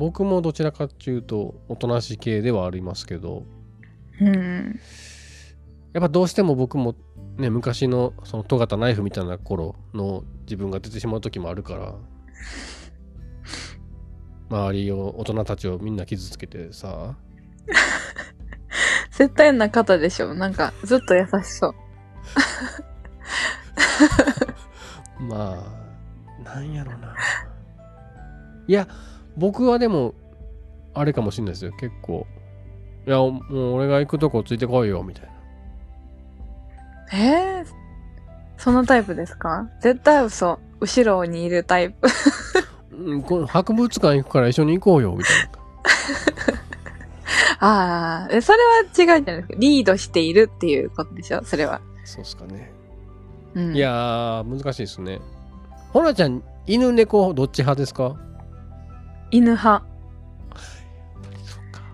僕もどちらかっていうとおとなしい系ではありますけど、 うん。 やっぱどうしても僕もね、昔のその尖ったナイフみたいな頃の自分が出てしまう時もあるから、周りを大人たちをみんな傷つけてさ。 絶対な方でしょ。なんか、ずっと優しそう。 まあなんやろな。いや僕はでもあれかもしれないですよ。結構、いやもう俺が行くとこついてこいよみたいな。 そのタイプですか？絶対嘘。後ろにいるタイプ。 この博物館行くから一緒に行こうよみたいな。 ああ、それは違うじゃないですか。リードしているっていうことでしょ、それは。 そうっすかね。 うん。 いやー難しいですね。ほなちゃん、犬猫どっち派ですか？ 犬派。 そうか。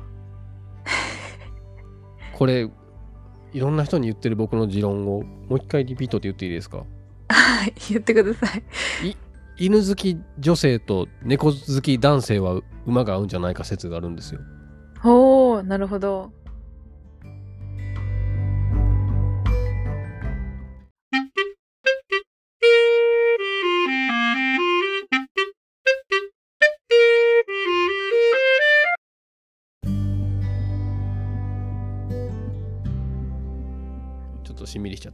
これいろんな人に言ってる僕の持論をもう一回リピートって言っていいですか？ はい、言ってください。 犬好き女性と猫好き男性は馬が合うんじゃないか説があるんですよ。 おー、なるほど。 ちょっとしんみりしちゃった。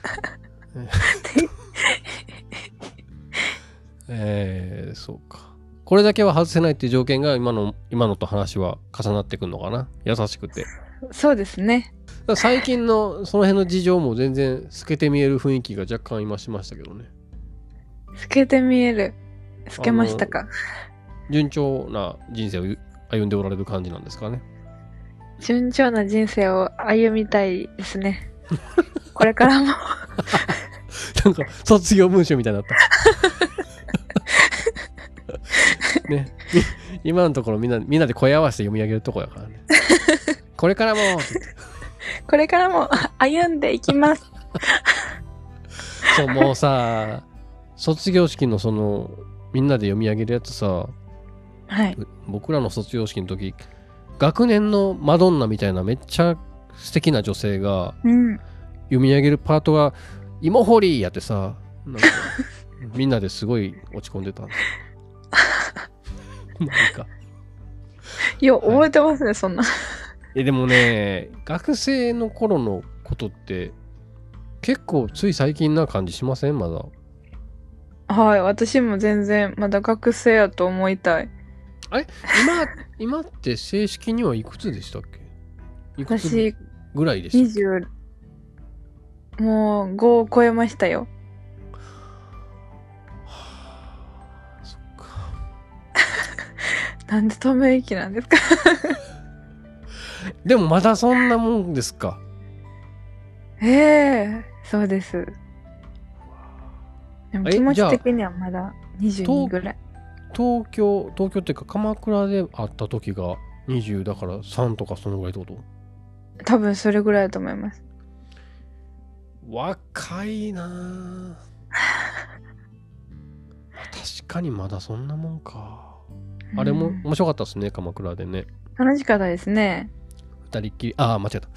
そうか。これだけは外せないっていう条件が今のと話は重なってくるのかな。優しくて。 そうですね。 だから最近のその辺の事情も全然透けて見える雰囲気が若干今しましたけどね。 透けて見える。透けましたか？ 順調な人生を歩んでおられる感じなんですかね。 順調な人生を歩みたいですね。これからも。 なんか卒業文集みたいになった。ね、今のところみんなで声合わせて読み上げるとこやからね。これからもこれからも歩んでいきます。 そう、もうさ、卒業式のそのみんなで読み上げるやつさ、 はい。 僕らの卒業式の時、学年のマドンナみたいなめっちゃ素敵な女性がうん。 読み上げるパートが芋掘りやってさ、なんかみんなですごい落ち込んでたんです。まあいいか。 いや、覚えてますね、そんな。 でもね、学生の頃のことって結構つい最近な感じしません？まだ。 はい、私も全然まだ学生やと思いたい。 あれ今って正式にはいくつでしたっけ？いくつ私、 ぐらいでしたっけ 20、もう5を超えましたよ。 そっか。 なんでため息なんですか？ でもまだそんなもんですか？ ええ、そうです。でも気持じゃあち的にはまだ22ぐらい。 東京っていうか鎌倉で会った時が20だから3とかそのぐらいってこと？ 多分それぐらいだと思います。 若いなぁ。確かにまだそんなもんか。あれも面白かったですね、鎌倉でね。 楽しかったですね。 二人っきり、間違えた。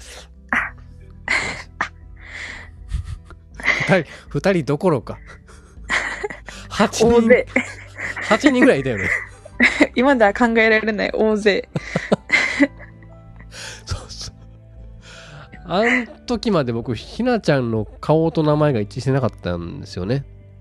二人どころか。8人。 大勢。 8人ぐらいいたよね。 今では考えられない大勢。 そうそう。あの時まで僕、ひなちゃんの顔と名前が一致してなかったんですよね。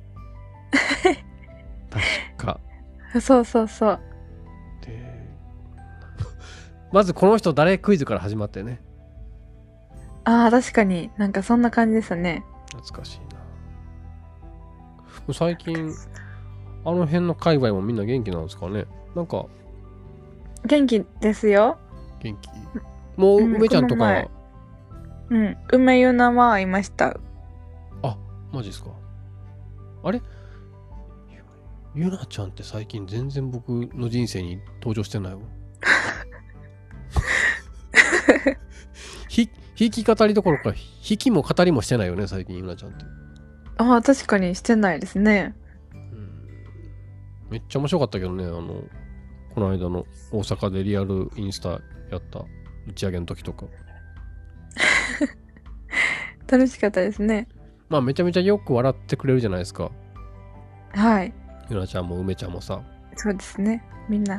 確か。 そうそうそう。 で、まずこの人誰クイズから始まってね。 ああ、確かになんかそんな感じですね。 懐かしいな。もう最近、あの辺の界隈もみんな元気なんですかね。なんか、 元気ですよ。 元気。もう、梅ちゃんとか、 うん。梅ゆなはいました。 あ、マジですか。あれゆなちゃんって最近全然僕の人生に登場してないわ。弾き語りどころか弾きも語りもしてないよね、最近ゆなちゃんって。 ああ、確かにしてないですね。 めっちゃ面白かったけどね、 この間の大阪でリアルインスタやった打ち上げの時とか。 楽しかったですね。 まあめちゃめちゃよく笑ってくれるじゃないですか。 はい。 ゆなちゃんも梅ちゃんもさ。 そうですね。みんな。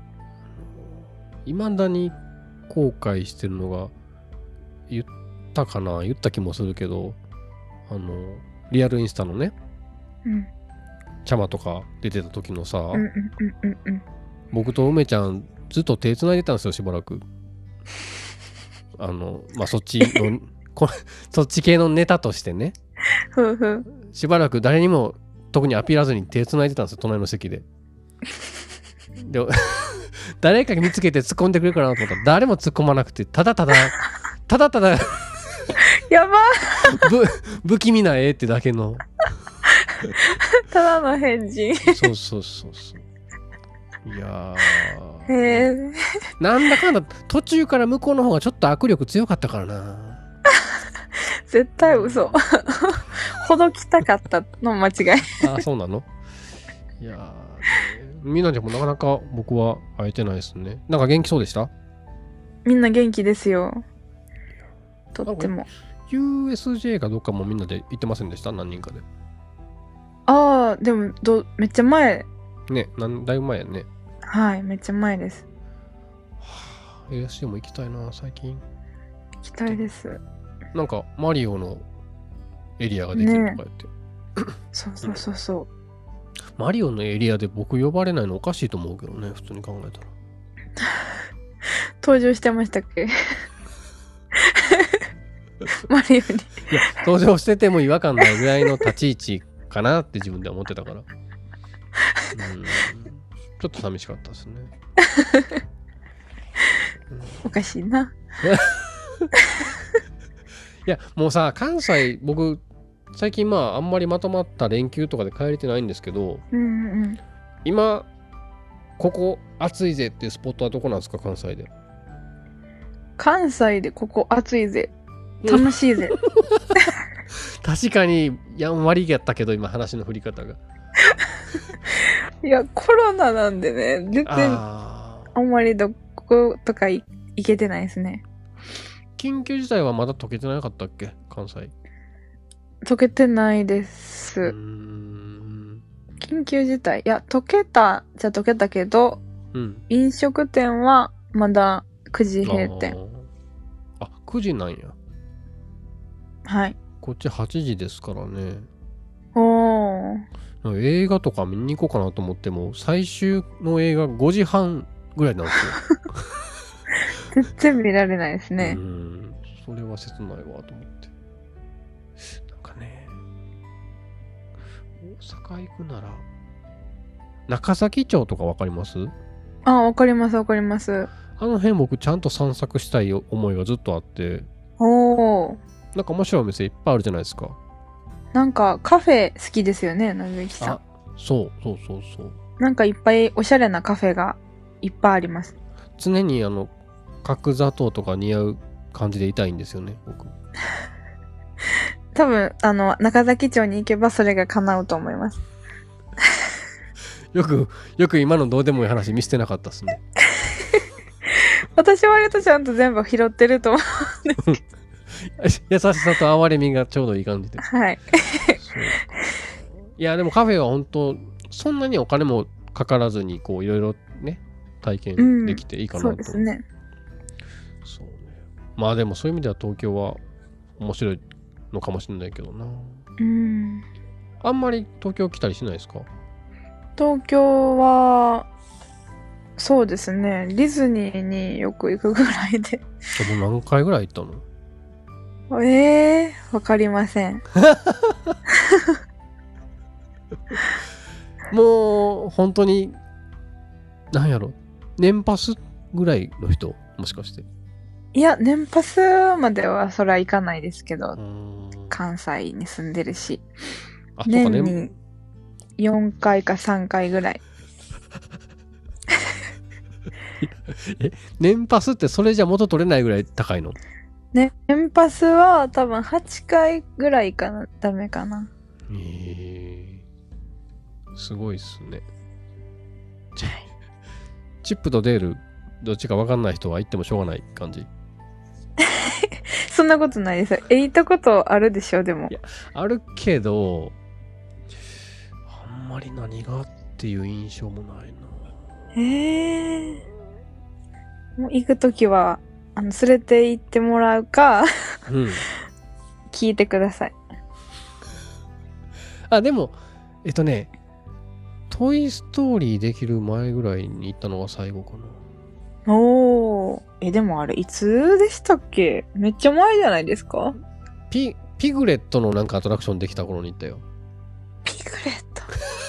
未だに後悔してるのが、言った気もするけど、リアルインスタのね、 うん。 ちゃまとか出てた時のさ、 うんうんうんうんうん。 僕と梅ちゃんずっと手繋いでたんですよ、しばらく。まあ、そっちの、そっち系のネタとしてね、 ふうふう。 しばらく誰にも特にアピらずに手繋いでたんですよ、隣の席で。で、誰かが見つけて突っ込んでくれるかなと思ったら、誰も突っ込まなくて、ただただやば不気味な絵ってだけの。 ただの変人。 そうそうそうそう。いやー。 へえ。 なんだかんだ途中から向こうの方がちょっと握力強かったからな。 絶対嘘。ほどきたかったの間違い。 あ、そうなの？いやー、みんなでもなかなか僕は会えてないですね。なんか元気そうでした？ みんな元気ですよ。とっても。 USJ かどっかもみんなで行ってませんでした？何人かで。 ああ、でもめっちゃ前。 ね、だいぶ前やね。 はい、めっちゃ前です。 はあ、USJ も行きたいな、最近。 行きたいです。 なんかマリオのエリアができるとか言って。 そうそうそうそう。 マリオのエリアで僕呼ばれないのおかしいと思うけどね、普通に考えたら。 登場してましたっけ？マリオに。 いや、登場してても違和感ないぐらいの立ち位置かなって自分では思ってたから。ちょっと寂しかったですね。 おかしいな。 いや、もうさ、関西、僕、最近まあ、あんまりまとまった連休とかで帰れてないんですけど、 うんうん。 今、ここ暑いぜっていうスポットはどこなんですか、関西で。 関西でここ暑いぜ。楽しいぜ。 確かに、やんわりやったけど、今話の振り方が。 いや、コロナなんでね、全然あんまりどことか行けてないですね。 緊急事態はまだ解けてなかったっけ、関西。 解けてないです。緊急事態。いや、解けたけど、飲食店はまだ9時閉店。 あ、9時なんや。 はい。 こっち8時ですからね。 おー。 映画とか見に行こうかなと思っても、最終の映画5時半ぐらいなんですよ。全然見られないですね。 それは切ないわと思って。なんかね、大阪行くなら、中崎町とかわかります？ あ、わかりますわかります。 あの辺僕ちゃんと散策したい思いがずっとあって。 おー。 なんか面白いお店いっぱいあるじゃないですか。 なんかカフェ好きですよね、なずきさん。 そう。 なんかいっぱいおしゃれなカフェがいっぱいあります。 常に角砂糖とか似合う感じでいたいんですよね、僕。 多分、中崎町に行けばそれが叶うと思います。 よく今のどうでもいい話見捨てなかったですね。 私は割とちゃんと全部拾ってると思うんですけど。 優しさと哀れみがちょうどいい感じで。 はい。 いや、でもカフェは本当そんなにお金もかからずに、こう、いろいろね、体験できていいかなと。 そうですね。 そうね。まあでもそういう意味では東京は面白いのかもしれないけどな。あんまり東京来たりしないですか？ 東京は、そうですね。ディズニーによく行くぐらいで。 もう何回ぐらい行ったの？ わかりません。 もう本当になんやろ、年パスぐらいの人、もしかして。 いや、年パスまではそら行かないですけど、関西に住んでるし、年に4回か3回ぐらい。 年パスってそれじゃ元取れないぐらい高いの？ 年パスは多分8回ぐらいかな、ダメかな。 すごいっすね。 チップとデールどっちか分かんない人は行ってもしょうがない感じ。 そんなことないですよ。行ったことあるでしょ、でも。 いや、あるけど、あんまり何がっていう印象もないな。 もう行くときは、連れて行ってもらうか、 うん。 聞いてください。 あ、でも、トイストーリーできる前ぐらいに行ったのが最後かな。 おー。でもあれ、いつでしたっけ？めっちゃ前じゃないですか？ ピグレットのなんかアトラクションできた頃に行ったよ。 ピグレット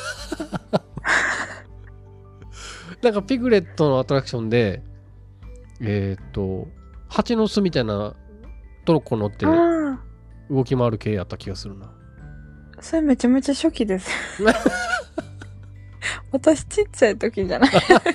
なんかピグレットのアトラクションで、蜂の巣みたいなトロッコ乗って動き回る系やった気がするな。 それめちゃめちゃ初期です。私ちっちゃい時じゃない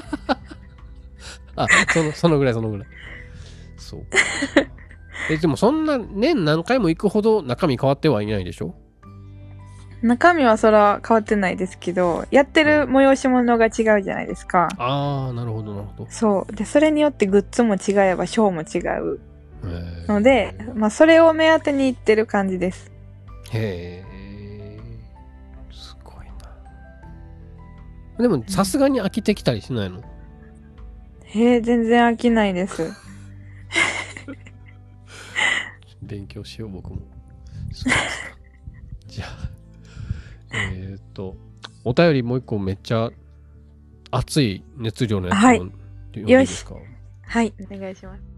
あ、そのぐらい。そう。でもそんな年何回も行くほど中身変わってはいないでしょ？ 中身はそら変わってないですけど、やってる催し物が違うじゃないですか。 ああ、なるほど。 そう。で、それによってグッズも違えばショーも違うので、まあそれを目当てに行ってる感じです。 へえ、すごいな。でもさすがに飽きてきたりしないの？ 全然飽きないです。 勉強しよう僕も。そうですか。じゃあお便りもう一個めっちゃ熱い熱量のやつを読んでいいですか？ はい、お願いします。